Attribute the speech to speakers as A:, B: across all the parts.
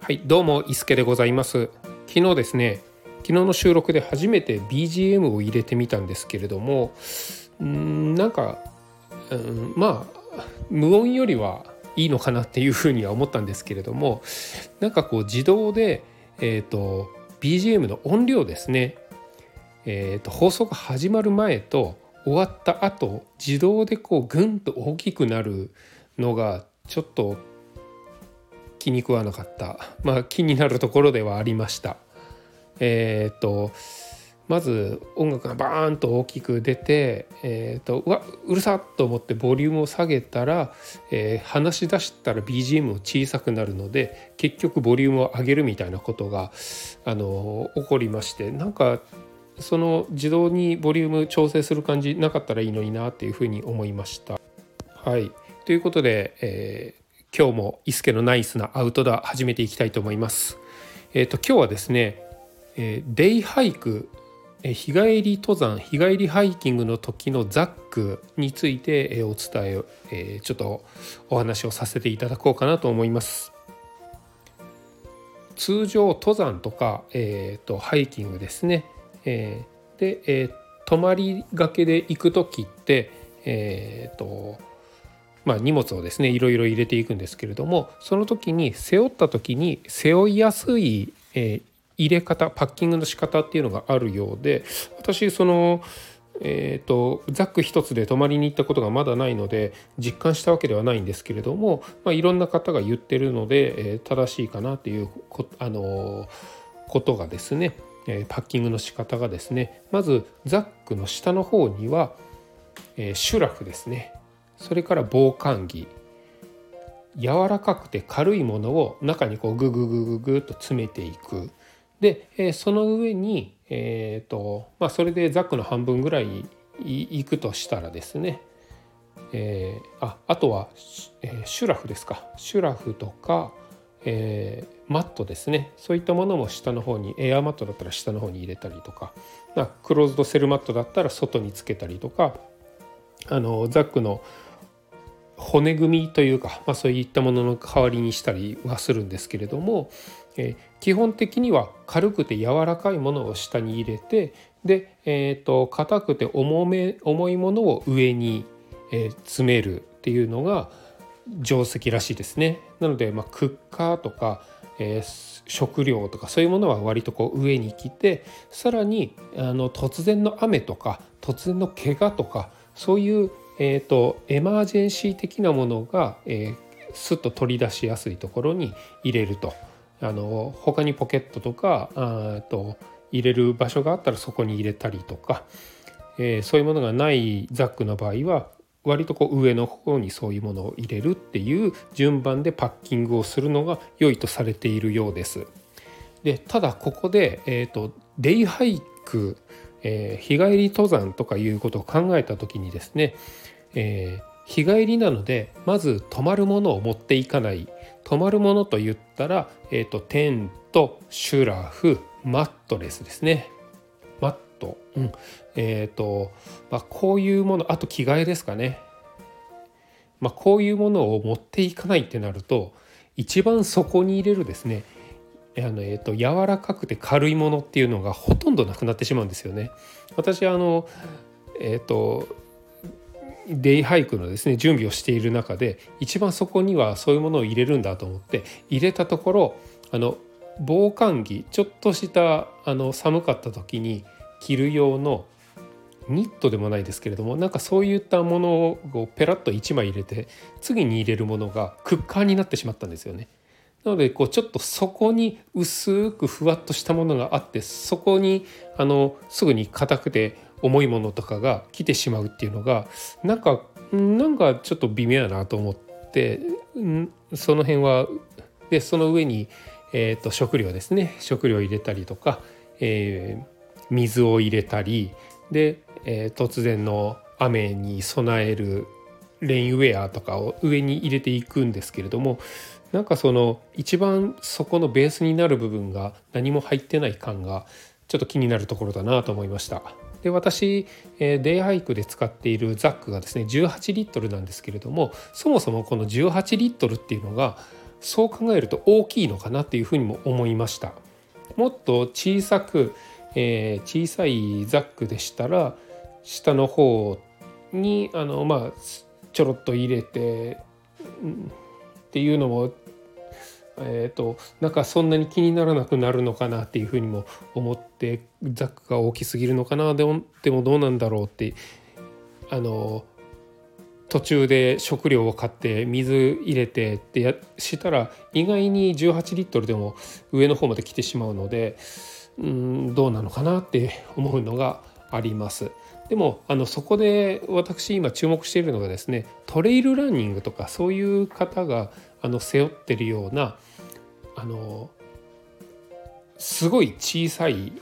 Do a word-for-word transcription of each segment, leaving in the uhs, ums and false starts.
A: はい、どうも伊助でございます。昨日ですね、昨日の収録で初めて ビージーエム を入れてみたんですけれども、うーんなんか、うん、まあ無音よりはいいのかなっていうふうには思ったんですけれども、なんかこう自動で、えーと、ビージーエム の音量ですね、えーと、放送が始まる前と終わった後、自動でこうぐんと大きくなるのがちょっと気に食わなかった、まあ、気になるところではありました。えー、とまず音楽がバーンと大きく出て、えー、とうわうるさっと思ってボリュームを下げたら、えー、話し出したら ビージーエム も小さくなるので結局ボリュームを上げるみたいなことがあの起こりまして、なんかその自動にボリューム調整する感じなかったらいいのになっていうふうに思いました。はい、ということで、えー今日も伊助のナイスなアウトドア始めていきたいと思います。えっと今日はですね、えーデイハイク、えー日帰り登山日帰りハイキングの時のザックについて、えーお伝え、えーちょっとお話をさせていただこうかなと思います。通常登山とか、えーとハイキングですね、えーで、えー泊まりがけで行く時って、えーとまあ、荷物をですねいろいろ入れていくんですけれども、その時に背負った時に背負いやすい、えー入れ方パッキングの仕方っていうのがあるようで、私その、えーと、ザック一つで泊まりに行ったことがまだないので実感したわけではないんですけれども、まあ、いろんな方が言ってるので、えー正しいかなというこ、あのーことがですね、えーパッキングの仕方がですね、まずザックの下の方には、えーシュラフですね、それから防寒着、柔らかくて軽いものを中にこうグググググッと詰めていく。で、えーその上に、えーとまあ、それでザックの半分ぐらいいくとしたらですね、えー、ああとは、えーシュラフですかシュラフとか、えーマットですね、そういったものも下の方に、エアマットだったら下の方に入れたりとか、まあ、クローズドセルマットだったら外につけたりとか、あのザックの骨組みというか、まあ、そういったものの代わりにしたりはするんですけれども、えー、基本的には軽くて柔らかいものを下に入れて、で、えーと、硬くて重め重いものを上に、えー、詰めるっていうのが定石らしいですね。なので、まあ、クッカーとか、えー、食料とかそういうものは割とこう上に来て、さらにあの突然の雨とか突然の怪我とかそういうえーと、エマージェンシー的なものが、えー、スッと取り出しやすいところに入れると、あの他にポケットとかあと入れる場所があったらそこに入れたりとか、えー、そういうものがないザックの場合は割とこう上の方にそういうものを入れるっていう順番でパッキングをするのが良いとされているようです。でただここで、えーと、デイハイク、えー、日帰り登山とかいうことを考えた時にですね、えー、日帰りなのでまず泊まるものを持っていかない。泊まるものと言ったら、えーと、テント、シュラフ、マットレスですね。マット、うんえーとまあ、こういうもの、あと着替えですかね。まあ、こういうものを持っていかないってなると一番底に入れるですね、あの、えーと、柔らかくて軽いものっていうのがほとんどなくなってしまうんですよね。私あのえっ、ー、とデイハイクのですね準備をしている中で一番そこにはそういうものを入れるんだと思って入れたところ、あの防寒着、ちょっとしたあの寒かった時に着る用のニットでもないですけれども、なんかそういったものをペラッといちまい入れて次に入れるものがクッカーになってしまったんですよね。なのでこうちょっとそこに薄くふわっとしたものがあって、そこにあのすぐに硬くて重いものとかが来てしまうっていうのがなんかなんかちょっと微妙だなと思って、その辺はでその上に、えー、と食料ですね、食料を入れたりとか、えー、水を入れたりで、えー、突然の雨に備えるレインウェアとかを上に入れていくんですけれども、なんかその一番そこのベースになる部分が何も入ってない感がちょっと気になるところだなと思いました。で私、えー、デイハイクで使っているザックがですねじゅうはちリットルなんですけれども、そもそもこのじゅうはちリットルっていうのがそう考えると大きいのかなっていうふうにも思いました。もっと小さく、えー、小さいザックでしたら下の方にあのまあちょろっと入れて、うん、っていうのもえーと、なんかそんなに気にならなくなるのかなっていうふうにも思って、ザックが大きすぎるのかな、でも、でもどうなんだろうって、あの途中で食料を買って水入れてってやしたら意外にじゅうはちリットルでも上の方まで来てしまうので、うん、どうなのかなって思うのがあります。でもあのそこで私今注目しているのがですね、トレイルランニングとかそういう方があの背負ってるようなあのすごい小さい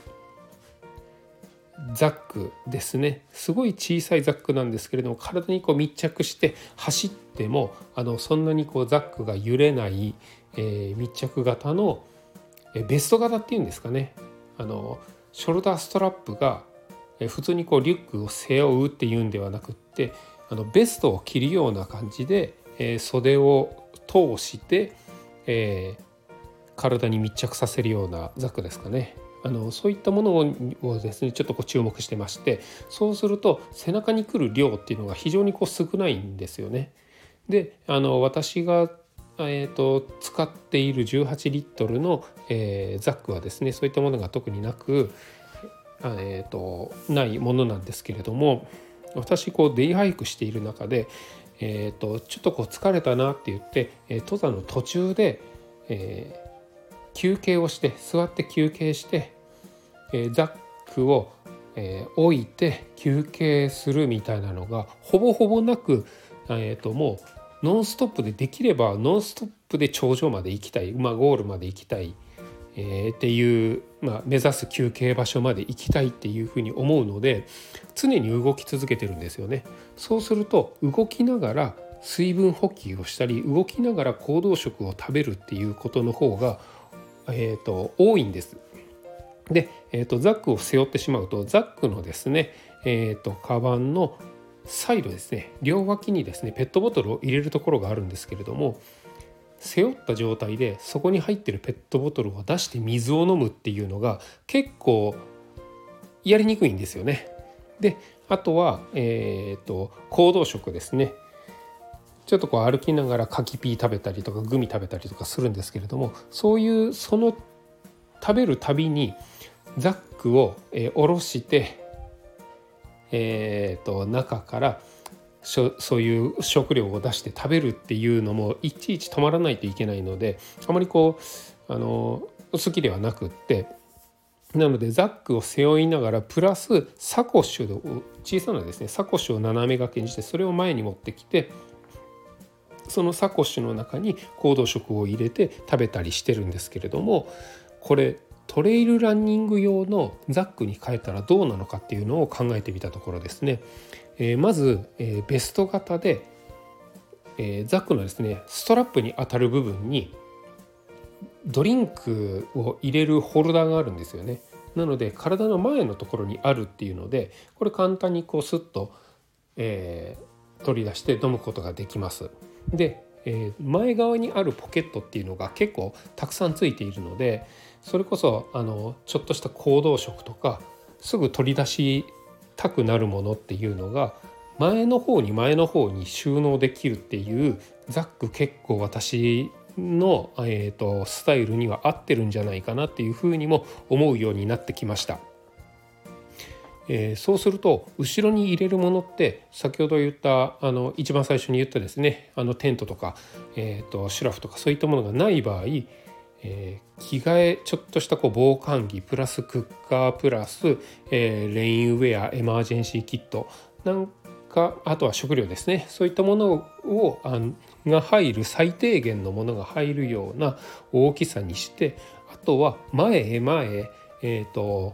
A: ザックですね。すごい小さいザックなんですけれども、体にこう密着して走ってもあのそんなにこうザックが揺れない、えー、密着型の、えー、ベスト型っていうんですかね。あのショルダーストラップが、えー、普通にこうリュックを背負うっていうんではなくって、あのベストを着るような感じで、えー、袖を通して、えー、体に密着させるようなザックですかね。あのそういったものをですねちょっとこう注目してまして、そうすると背中に来る量っていうのが非常にこう少ないんですよね。であの私が、えー、と使っているじゅうはちリットルの、えー、ザックはですねそういったものが特になく、えー、とないものなんですけれども、私こうデイハイクしている中で、えー、とちょっとこう疲れたなって言って、えー、登山の途中で、えー休憩をして座って休憩して、えー、ザックを、えー、置いて休憩するみたいなのがほぼほぼなく、えー、ともうノンストップでできればノンストップで頂上まで行きたい、まあ、ゴールまで行きたい、えー、っていう、まあ、目指す休憩場所まで行きたいっていうふうに思うので常に動き続けてるんですよね。そうすると動きながら水分補給をしたり動きながら行動食を食べるっていうことの方がえー、と多いんです。で、えー、とザックを背負ってしまうとザックのですね、えー、とカバンのサイドですね、両脇にですねペットボトルを入れるところがあるんですけれども、背負った状態でそこに入ってるペットボトルを出して水を飲むっていうのが結構やりにくいんですよね。であとは、えー、と行動食ですね。ちょっとこう歩きながら柿ピー食べたりとかグミ食べたりとかするんですけれども、そういうその食べるたびにザックを、えー、下ろして、えー、と中からそういう食料を出して食べるっていうのもいちいち止まらないといけないので、あまりこうあの好きではなくって、なのでザックを背負いながらプラスサコッシュを小さなですねサコッシュを斜め掛けにしてそれを前に持ってきて、そのサコッシュの中に行動食を入れて食べたりしてるんですけれども、これトレイルランニング用のザックに変えたらどうなのかっていうのを考えてみたところですね、えー、まず、えー、ベスト型で、えー、ザックのですねストラップに当たる部分にドリンクを入れるホルダーがあるんですよね。なので体の前のところにあるっていうので、これ簡単にこうスッと、えー、取り出して飲むことができます。で、えー、前側にあるポケットっていうのが結構たくさんついているので、それこそあのちょっとした行動食とかすぐ取り出したくなるものっていうのが前の方に前の方に収納できるっていうザック、結構私の、えーと、スタイルには合ってるんじゃないかなっていうふうにも思うようになってきました。えー、そうすると後ろに入れるものって先ほど言ったあの一番最初に言ったですね、あのテントとか、えーと、シュラフとかそういったものがない場合、えー、着替えちょっとしたこう防寒着プラスクッカープラス、えー、レインウェアエマージェンシーキットなんか、あとは食料ですね、そういったものをあが入る最低限のものが入るような大きさにして、あとは前へ前へ、えーと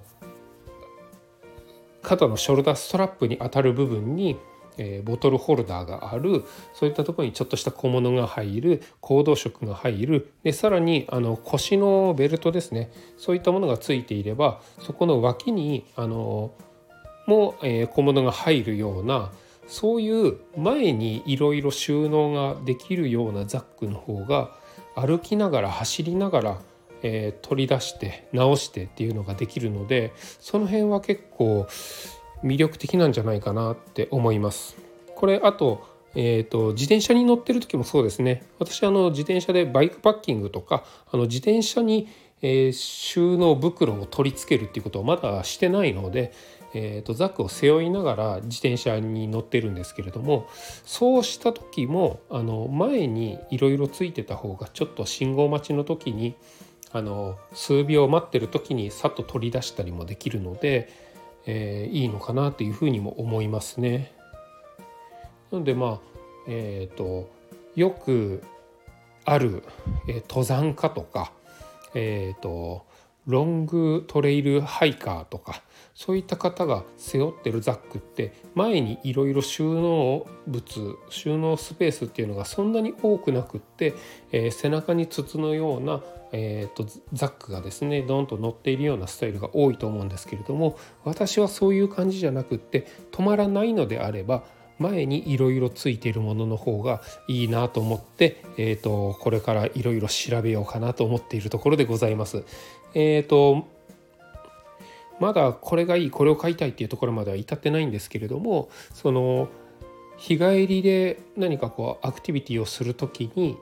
A: 肩のショルダーストラップに当たる部分に、えー、ボトルホルダーがある、そういったところにちょっとした小物が入る、行動食が入る、でさらにあの腰のベルトですね、そういったものがついていればそこの脇にあのも、えー、小物が入るような、そういう前にいろいろ収納ができるようなザックの方が歩きながら走りながら、えー、取り出して直してっていうのができるので、その辺は結構魅力的なんじゃないかなって思います。これあと、えーと、自転車に乗ってる時もそうですね。私あの自転車でバイクパッキングとか、あの自転車に、えー、収納袋を取り付けるっていうことをまだしてないので、えーと、ザックを背負いながら自転車に乗ってるんですけれども、そうした時もあの前にいろいろついてた方がちょっと信号待ちの時にあの数秒待ってる時にさっと取り出したりもできるので、えー、いいのかなというふうにも思いますね。なのでまあえっとよくある、えー、登山家とか、えっとロングトレイルハイカーとか、そういった方が背負ってるザックって前にいろいろ収納物収納スペースっていうのがそんなに多くなくって、えー、背中に筒のような、えー、とザックがですねドンと乗っているようなスタイルが多いと思うんですけれども、私はそういう感じじゃなくって、止まらないのであれば前にいろいろついているものの方がいいなと思って、えー、とこれからいろいろ調べようかなと思っているところでございます。えーとまだこれがいいこれを買いたいっていうところまでは至ってないんですけれども、その日帰りで何かこうアクティビティをするときに、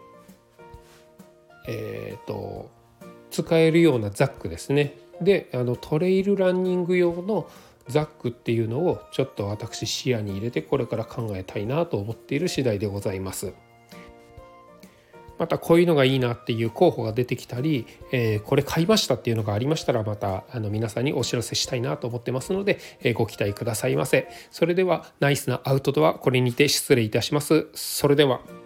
A: えーと使えるようなザックですね。であのトレイルランニング用のザックっていうのをちょっと私視野に入れてこれから考えたいなと思っている次第でございます。またこういうのがいいなっていう候補が出てきたり、えー、これ買いましたっていうのがありましたら、またあの皆さんにお知らせしたいなと思ってますので、えー、ご期待くださいませ。それではナイスなアウトドア、これにて失礼いたします。それでは。